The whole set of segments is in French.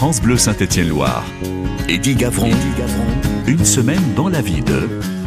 France Bleu Saint-Étienne-Loire. Eddy Gavron, une semaine dans la vie de...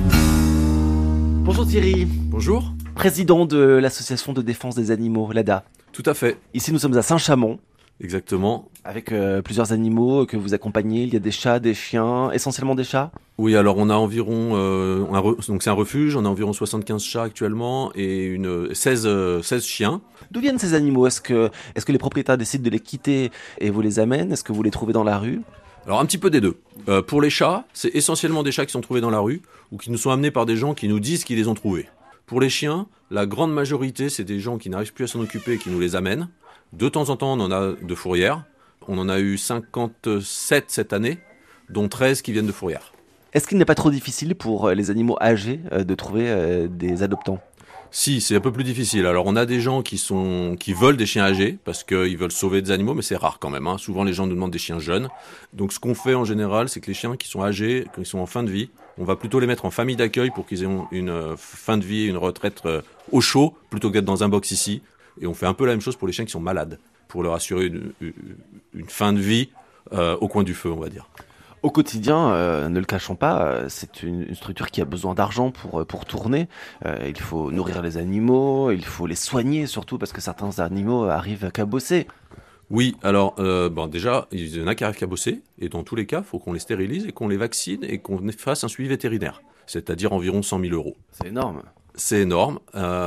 Bonjour Thierry. Bonjour. Président de l'association de défense des animaux, l'ADA. Tout à fait. Ici nous sommes à Saint-Chamond. Exactement. Avec plusieurs animaux que vous accompagnez. Il y a des chats, des chiens, essentiellement des chats. Oui, alors on a environ, donc c'est un refuge, on a environ 75 chats actuellement et 16 chiens. D'où viennent ces animaux ? Est-ce que les propriétaires décident de les quitter et vous les amènent ? Est-ce que vous les trouvez dans la rue ? Alors un petit peu des deux. Pour les chats, c'est essentiellement des chats qui sont trouvés dans la rue ou qui nous sont amenés par des gens qui nous disent qu'ils les ont trouvés. Pour les chiens, la grande majorité, c'est des gens qui n'arrivent plus à s'en occuper et qui nous les amènent. De temps en temps, on en a de fourrière. On en a eu 57 cette année, dont 13 qui viennent de fourrière. Est-ce qu'il n'est pas trop difficile pour les animaux âgés de trouver des adoptants ? Si, c'est un peu plus difficile. Alors, on a des gens qui veulent des chiens âgés parce qu'ils veulent sauver des animaux, mais c'est rare quand même. Souvent, les gens nous demandent des chiens jeunes. Donc, ce qu'on fait en général, c'est que les chiens qui sont âgés, qui sont en fin de vie, on va plutôt les mettre en famille d'accueil pour qu'ils aient une fin de vie, une retraite au chaud, plutôt que d'être dans un box ici. Et on fait un peu la même chose pour les chiens qui sont malades, pour leur assurer une fin de vie au coin du feu, on va dire. Au quotidien, ne le cachons pas, c'est une structure qui a besoin d'argent pour tourner. Il faut nourrir les animaux, il faut les soigner surtout parce que certains animaux arrivent cabosser. Oui, alors déjà, il y en a qui arrivent cabosser et dans tous les cas, il faut qu'on les stérilise et qu'on les vaccine et qu'on fasse un suivi vétérinaire, c'est-à-dire environ 100 000 €. C'est énorme. C'est énorme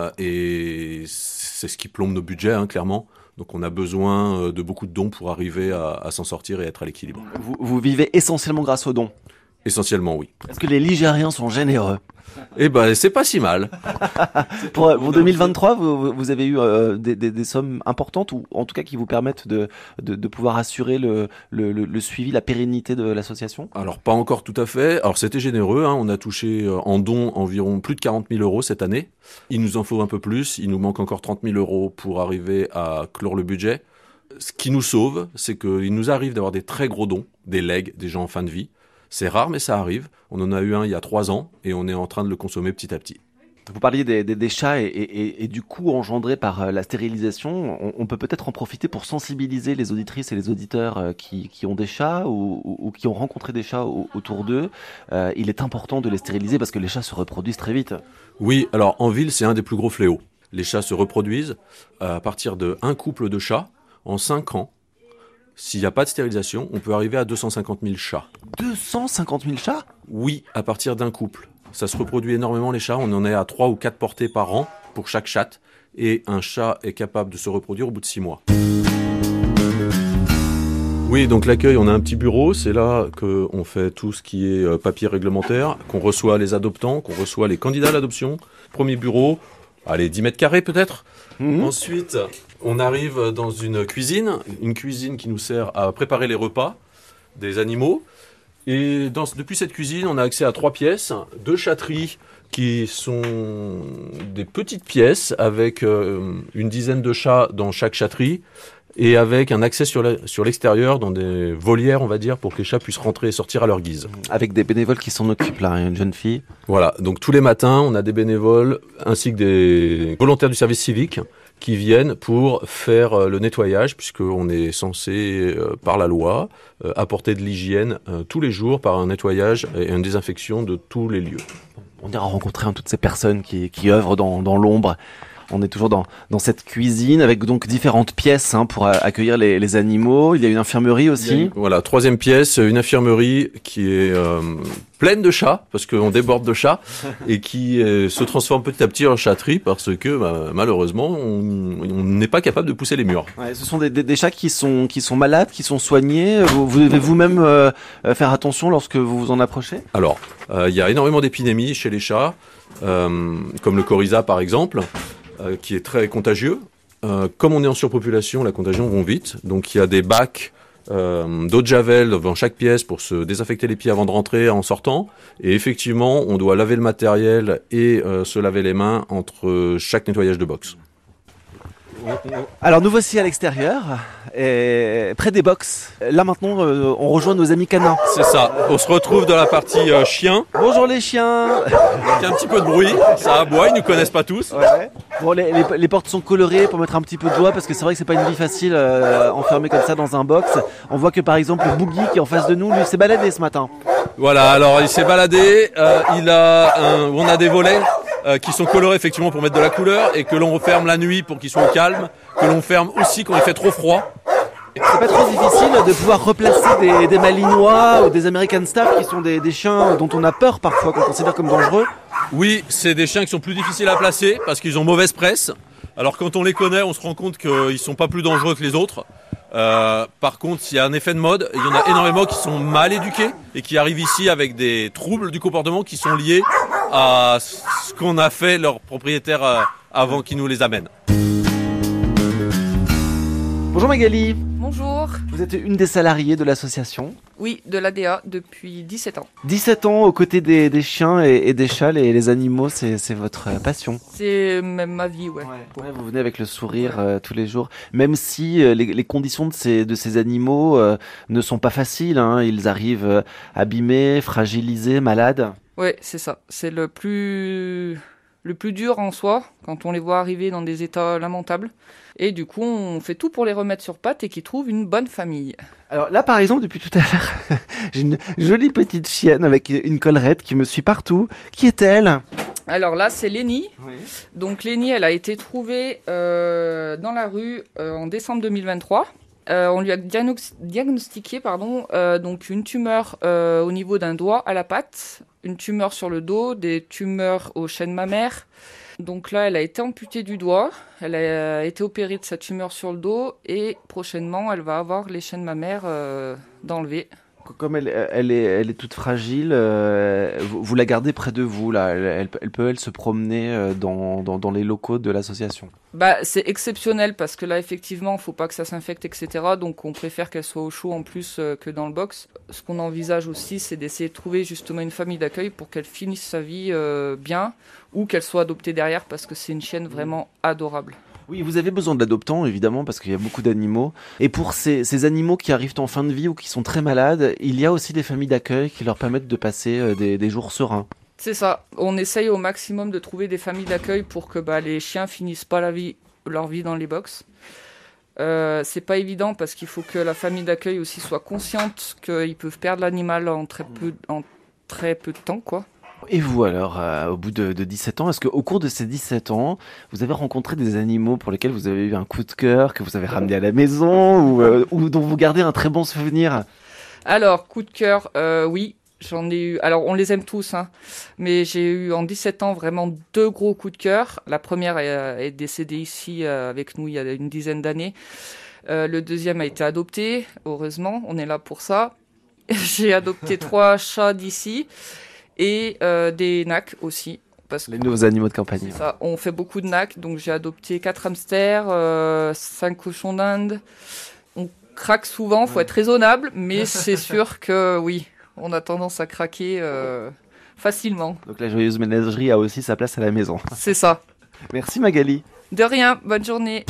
et c'est ce qui plombe nos budgets, clairement. Donc on a besoin de beaucoup de dons pour arriver à s'en sortir et être à l'équilibre. Vous vivez essentiellement grâce aux dons ? Essentiellement, oui. Est-ce que les Ligériens sont généreux ? Eh ben, c'est pas si mal. Pour 2023, vous avez eu des sommes importantes ou en tout cas qui vous permettent de pouvoir assurer le suivi, la pérennité de l'association ? Alors pas encore tout à fait. Alors c'était généreux, on a touché en dons environ plus de 40 000 € cette année. Il nous en faut un peu plus, il nous manque encore 30 000 € pour arriver à clore le budget. Ce qui nous sauve, c'est qu'il nous arrive d'avoir des très gros dons, des legs, des gens en fin de vie. C'est rare, mais ça arrive. On en a eu un il y a 3 ans et on est en train de le consommer petit à petit. Vous parliez des chats et du coût engendré par la stérilisation. On peut peut-être en profiter pour sensibiliser les auditrices et les auditeurs qui ont des chats ou qui ont rencontré des chats autour d'eux. Il est important de les stériliser parce que les chats se reproduisent très vite. Oui, alors en ville, c'est un des plus gros fléaux. Les chats se reproduisent à partir d'un couple de chats en 5 ans. S'il n'y a pas de stérilisation, on peut arriver à 250 000 chats. 250 000 chats ? Oui, à partir d'un couple. Ça se reproduit énormément les chats, on en est à 3 ou 4 portées par an pour chaque chatte. Et un chat est capable de se reproduire au bout de 6 mois. Oui, donc l'accueil, on a un petit bureau, c'est là qu'on fait tout ce qui est papier réglementaire, qu'on reçoit les adoptants, qu'on reçoit les candidats à l'adoption. Premier bureau, allez, 10 mètres carrés peut-être. Ensuite, on arrive dans une cuisine qui nous sert à préparer les repas des animaux. Et depuis cette cuisine, on a accès à 3 pièces, 2 chatteries qui sont des petites pièces avec une dizaine de chats dans chaque chatterie et avec un accès sur l'extérieur dans des volières, on va dire, pour que les chats puissent rentrer et sortir à leur guise. Avec des bénévoles qui s'en occupent là, une jeune fille. Voilà, donc tous les matins, on a des bénévoles ainsi que des volontaires du service civique qui viennent pour faire le nettoyage, puisqu'on est censé, par la loi, apporter de l'hygiène tous les jours par un nettoyage et une désinfection de tous les lieux. On ira rencontrer toutes ces personnes qui œuvrent dans l'ombre. On est toujours dans cette cuisine avec donc différentes pièces pour accueillir les animaux. Il y a une infirmerie aussi. Voilà, 3e pièce, une infirmerie qui est pleine de chats, parce qu'on déborde de chats, et qui se transforme petit à petit en chatterie, parce que malheureusement, on n'est pas capable de pousser les murs. Ouais, ce sont des chats qui sont malades, qui sont soignés. Vous devez vous-même faire attention lorsque vous vous en approchez ? Alors, il y a énormément d'épidémies chez les chats, comme le coryza par exemple, qui est très contagieux. Comme on est en surpopulation, la contagion va vite. Donc il y a des bacs d'eau de javel dans chaque pièce pour se désinfecter les pieds avant de rentrer en sortant. Et effectivement, on doit laver le matériel et se laver les mains entre chaque nettoyage de box. Alors nous voici à l'extérieur, près des box. Là maintenant, on rejoint nos amis canins. C'est ça. On se retrouve dans la partie chien. Bonjour les chiens. Il y a un petit peu de bruit. Ça aboie, ils nous connaissent pas tous. Ouais. Bon, les portes sont colorées pour mettre un petit peu de joie parce que c'est vrai que c'est pas une vie facile enfermé comme ça dans un box. On voit que par exemple Boogie qui est en face de nous, lui s'est baladé ce matin. Voilà, alors il s'est baladé. On a des volets qui sont colorés effectivement pour mettre de la couleur et que l'on referme la nuit pour qu'ils soient au calme, que l'on ferme aussi quand il fait trop froid. C'est pas trop difficile de pouvoir replacer des Malinois ou des American Staff qui sont des chiens dont on a peur parfois, qu'on considère comme dangereux. Oui, c'est des chiens qui sont plus difficiles à placer parce qu'ils ont mauvaise presse. Alors quand on les connaît, on se rend compte qu'ils sont pas plus dangereux que les autres. Par contre, il y a un effet de mode. Il y en a énormément qui sont mal éduqués et qui arrivent ici avec des troubles du comportement qui sont liés à ce qu'on a fait leur propriétaire avant qu'ils nous les amènent. Bonjour Magali. Bonjour. Vous êtes une des salariées de l'association. Oui, de l'ADA depuis 17 ans. 17 ans aux côtés des chiens et des chats, les animaux, c'est votre passion. C'est même ma vie, ouais. Ouais, vous venez avec le sourire tous les jours. Même si les conditions de ces animaux ne sont pas faciles, hein. Ils arrivent abîmés, fragilisés, malades. Ouais, c'est ça. C'est le plus dur en soi, quand on les voit arriver dans des états lamentables. Et du coup, on fait tout pour les remettre sur pattes et qu'ils trouvent une bonne famille. Alors là, par exemple, depuis tout à l'heure, j'ai une jolie petite chienne avec une collerette qui me suit partout. Qui est-elle ? Alors là, c'est Lénie. Oui. Donc Lénie, elle a été trouvée dans la rue en décembre 2023. On lui a diagnostiqué donc une tumeur au niveau d'un doigt à la patte, une tumeur sur le dos, des tumeurs aux chaînes mammaires. Donc là, elle a été amputée du doigt, elle a été opérée de sa tumeur sur le dos et prochainement, elle va avoir les chaînes mammaires d'enlever. Comme elle est toute fragile, vous la gardez près de vous, là. Elle peut se promener dans les locaux de l'association. Bah, c'est exceptionnel parce que là, effectivement, il ne faut pas que ça s'infecte, etc. Donc, on préfère qu'elle soit au chaud en plus que dans le box. Ce qu'on envisage aussi, c'est d'essayer de trouver justement une famille d'accueil pour qu'elle finisse sa vie bien ou qu'elle soit adoptée derrière parce que c'est une chienne vraiment adorable. Oui, vous avez besoin de l'adoptant, évidemment, parce qu'il y a beaucoup d'animaux. Et pour ces animaux qui arrivent en fin de vie ou qui sont très malades, il y a aussi des familles d'accueil qui leur permettent de passer des jours sereins. C'est ça. On essaye au maximum de trouver des familles d'accueil pour que les chiens finissent pas leur vie dans les box. C'est pas évident parce qu'il faut que la famille d'accueil aussi soit consciente qu'ils peuvent perdre l'animal en très peu de temps, quoi. Et vous alors, au bout de 17 ans, est-ce qu'au cours de ces 17 ans, vous avez rencontré des animaux pour lesquels vous avez eu un coup de cœur, que vous avez ramené à la maison ou dont vous gardez un très bon souvenir ? Alors, coup de cœur, oui, j'en ai eu. Alors, on les aime tous, hein, mais j'ai eu en 17 ans vraiment 2 gros coups de cœur. La première est décédée ici avec nous il y a une dizaine d'années. Le deuxième a été adopté, heureusement, on est là pour ça. J'ai adopté 3 chats d'ici. Et des NAC aussi. Parce que les nouveaux animaux de campagne. C'est ça, on fait beaucoup de NAC, donc j'ai adopté 4 hamsters, 5 cochons d'Inde. On craque souvent, faut être raisonnable, mais c'est sûr que oui, on a tendance à craquer facilement. Donc la joyeuse ménagerie a aussi sa place à la maison. C'est ça. Merci Magali. De rien, bonne journée.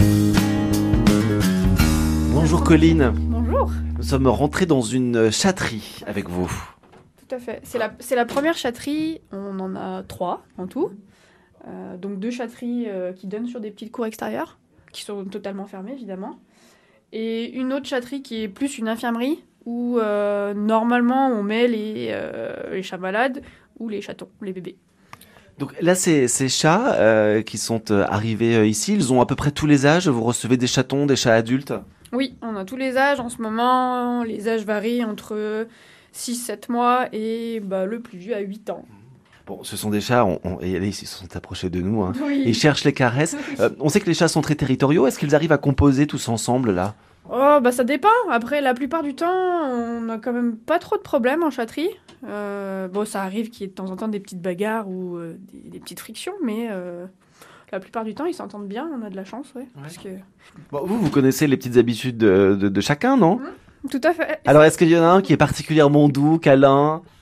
Bonjour Colline. Bonjour. Nous sommes rentrés dans une chatterie avec vous. Tout à fait. C'est la première chatterie, on en a 3 en tout. Donc 2 chatteries qui donnent sur des petites cours extérieures, qui sont totalement fermées évidemment. Et une autre chatterie qui est plus une infirmerie, où normalement on met les chats malades ou les chatons, les bébés. Donc là, ces chats qui sont arrivés ici, ils ont à peu près tous les âges. Vous recevez des chatons, des chats adultes ? Oui, on a tous les âges en ce moment. Les âges varient entre 6-7 mois et le plus vieux à 8 ans. Bon, ce sont des chats, ils se sont approchés de nous, hein. Oui. Ils cherchent les caresses. On sait que les chats sont très territoriaux. Est-ce qu'ils arrivent à composer tous ensemble, là ? Oh, ça dépend. Après, la plupart du temps, on n'a quand même pas trop de problèmes en chatterie. Ça arrive qu'il y ait de temps en temps des petites bagarres ou des petites frictions, mais la plupart du temps, ils s'entendent bien. On a de la chance, ouais. Parce que... Bon, vous connaissez les petites habitudes de chacun, non ? Tout à fait. Alors, est-ce qu'il y en a un qui est particulièrement doux, câlin ?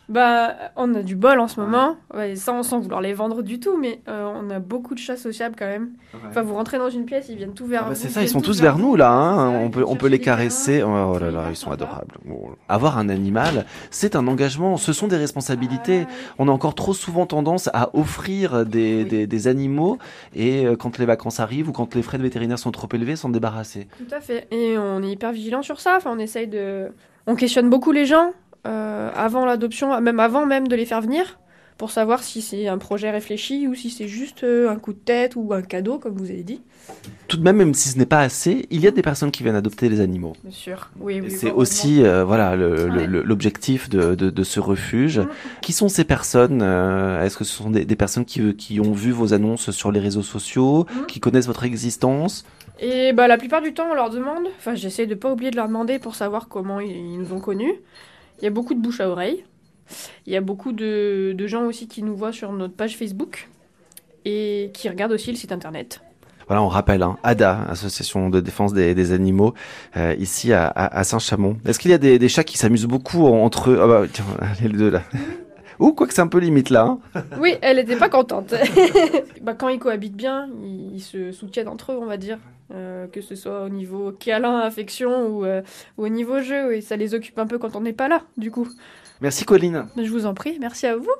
On a du bol en ce moment, sans vouloir les vendre du tout, mais on a beaucoup de chats sociables quand même. Ouais. Enfin, vous rentrez dans une pièce, ils viennent tout vers vous. C'est ça, ils sont tous vers nous là, hein. On peut chercher les des caresser. câlins. Oh là là, ils sont adorables. Bon. Avoir un animal, c'est un engagement, ce sont des responsabilités. On a encore trop souvent tendance à offrir des animaux et quand les vacances arrivent ou quand les frais de vétérinaire sont trop élevés, s'en débarrasser. Tout à fait. Et on est hyper vigilant sur ça. Enfin, on questionne beaucoup les gens avant l'adoption, même avant de les faire venir, pour savoir si c'est un projet réfléchi ou si c'est juste un coup de tête ou un cadeau, comme vous avez dit. Tout de même si ce n'est pas assez, il y a des personnes qui viennent adopter les animaux. Bien sûr. Oui, C'est heureusement. aussi l'objectif de ce refuge. Qui sont ces personnes Est-ce que ce sont des personnes qui ont vu vos annonces sur les réseaux sociaux, qui connaissent votre existence? Et la plupart du temps, on leur demande, j'essaie de pas oublier de leur demander pour savoir comment ils nous ont connus. Il y a beaucoup de bouche à oreille. Il y a beaucoup de gens aussi qui nous voient sur notre page Facebook et qui regardent aussi le site internet. Voilà, on rappelle, ADA, Association de défense des animaux, ici à Saint-Chamond. Est-ce qu'il y a des chats qui s'amusent beaucoup entre eux? Tiens, les deux là. Ou quoi que c'est un peu limite là. Oui, elle était pas contente. Quand ils cohabitent bien, ils se soutiennent entre eux, on va dire. Que ce soit au niveau câlin, affection ou au niveau jeu. Et ça les occupe un peu quand on n'est pas là, du coup. Merci Colline. Je vous en prie, merci à vous.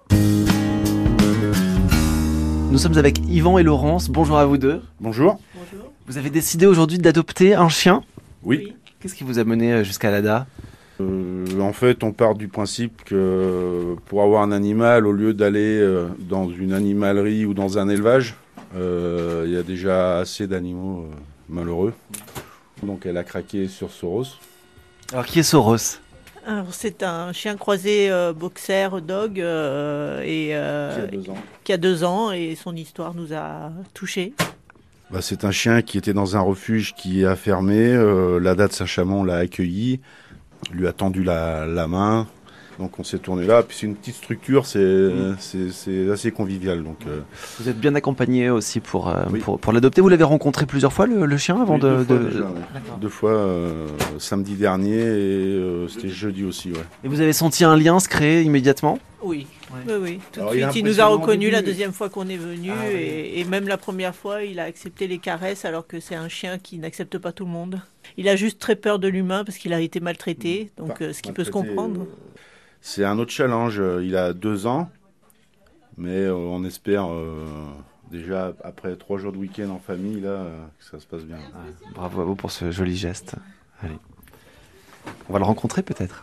Nous sommes avec Yvan et Laurence. Bonjour à vous deux. Bonjour. Vous avez décidé aujourd'hui d'adopter un chien. Oui. Qu'est-ce qui vous a mené jusqu'à l'ADA? En fait, on part du principe que pour avoir un animal, au lieu d'aller dans une animalerie ou dans un élevage, il y a déjà assez d'animaux malheureux. Donc elle a craqué sur Soros. Alors qui est Soros? Alors, c'est un chien croisé boxer dog Qui a 2 ans. qui a 2 ans et son histoire nous a touchés. C'est un chien qui était dans un refuge qui a fermé. L'ADA de Saint-Chamond l'a accueilli, lui a tendu la main. Donc on s'est tourné là. Puis c'est une petite structure, c'est assez convivial. Donc, Vous êtes bien accompagné aussi pour Oui. l'adopter. Vous l'avez rencontré plusieurs fois le chien avant oui, de... 2 fois déjà, ouais. D'accord. 2 fois samedi dernier et c'était jeudi aussi. Ouais. Et vous avez senti un lien se créer immédiatement? Oui, Ouais. oui. Tout Alors, de il est suite, il nous a impressionnant au reconnus la début. deuxième fois qu'on est venu Ah, oui. et même la première fois, il a accepté les caresses alors que c'est un chien qui n'accepte pas tout le monde. Il a juste très peur de l'humain parce qu'il a été maltraité, donc ce qui peut se comprendre. C'est un autre challenge. Il a 2 ans, mais on espère déjà après 3 jours de week-end en famille là, que ça se passe bien. Bravo à vous pour ce joli geste. Allez. On va le rencontrer peut-être.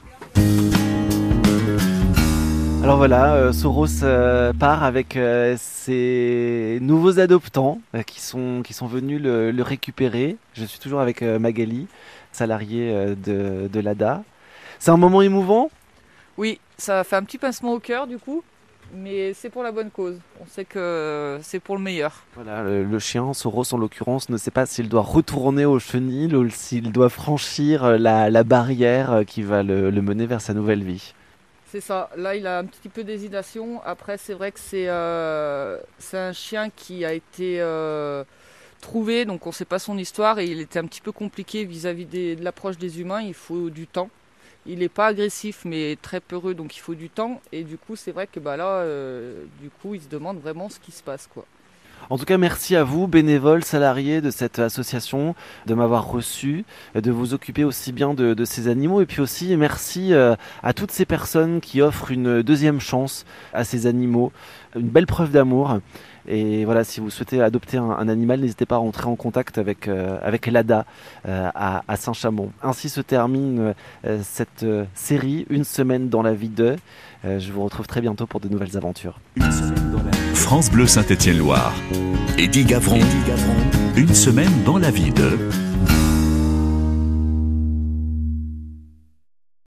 Alors voilà, Soros part avec ses nouveaux adoptants qui sont venus le récupérer. Je suis toujours avec Magali, salariée de l'ADA. C'est un moment émouvant? Oui, ça fait un petit pincement au cœur du coup, mais c'est pour la bonne cause. On sait que c'est pour le meilleur. Voilà, le chien, Soros en l'occurrence, ne sait pas s'il doit retourner au chenil ou s'il doit franchir la barrière qui va le mener vers sa nouvelle vie. C'est ça, là il a un petit peu d'hésitation. Après c'est vrai que c'est un chien qui a été trouvé, donc on ne sait pas son histoire et il était un petit peu compliqué vis-à-vis de l'approche des humains, il faut du temps. Il n'est pas agressif mais très peureux, donc il faut du temps. Et du coup c'est vrai que là, du coup il se demande vraiment ce qui se passe, quoi. En tout cas, merci à vous, bénévoles, salariés de cette association, de m'avoir reçu, de vous occuper aussi bien de ces animaux. Et puis aussi, merci à toutes ces personnes qui offrent une deuxième chance à ces animaux, une belle preuve d'amour. Et voilà, si vous souhaitez adopter un animal, n'hésitez pas à rentrer en contact avec l'ADA à Saint-Chamond. Ainsi se termine cette série, Une semaine dans la vie de. Je vous retrouve très bientôt pour de nouvelles aventures. Une semaine dans la vie. France Bleu Saint-Étienne-Loire. Eddy Gavron. Une semaine dans la vie de...